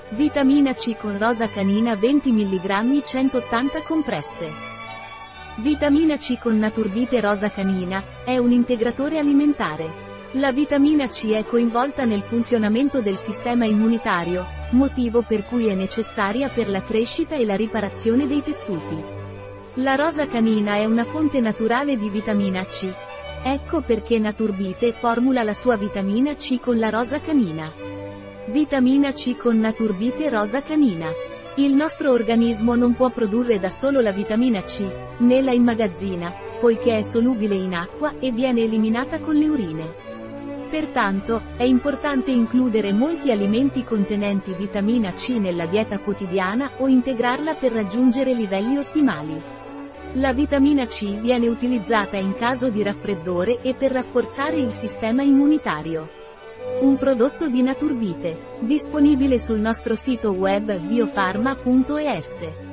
Vitamina C con rosa canina 20 mg 180 compresse. Vitamina C con Naturbite rosa canina, è un integratore alimentare. La vitamina C è coinvolta nel funzionamento del sistema immunitario, motivo per cui è necessaria per la crescita e la riparazione dei tessuti. La rosa canina è una fonte naturale di vitamina C. Ecco perché Naturbite formula la sua vitamina C con la rosa canina. Vitamina C con Naturbite rosa canina. Il nostro organismo non può produrre da solo la vitamina C, né la immagazzina, poiché è solubile in acqua e viene eliminata con le urine. Pertanto, è importante includere molti alimenti contenenti vitamina C nella dieta quotidiana o integrarla per raggiungere livelli ottimali. La vitamina C viene utilizzata in caso di raffreddore e per rafforzare il sistema immunitario. Un prodotto di Naturbite, disponibile sul nostro sito web biofarma.es.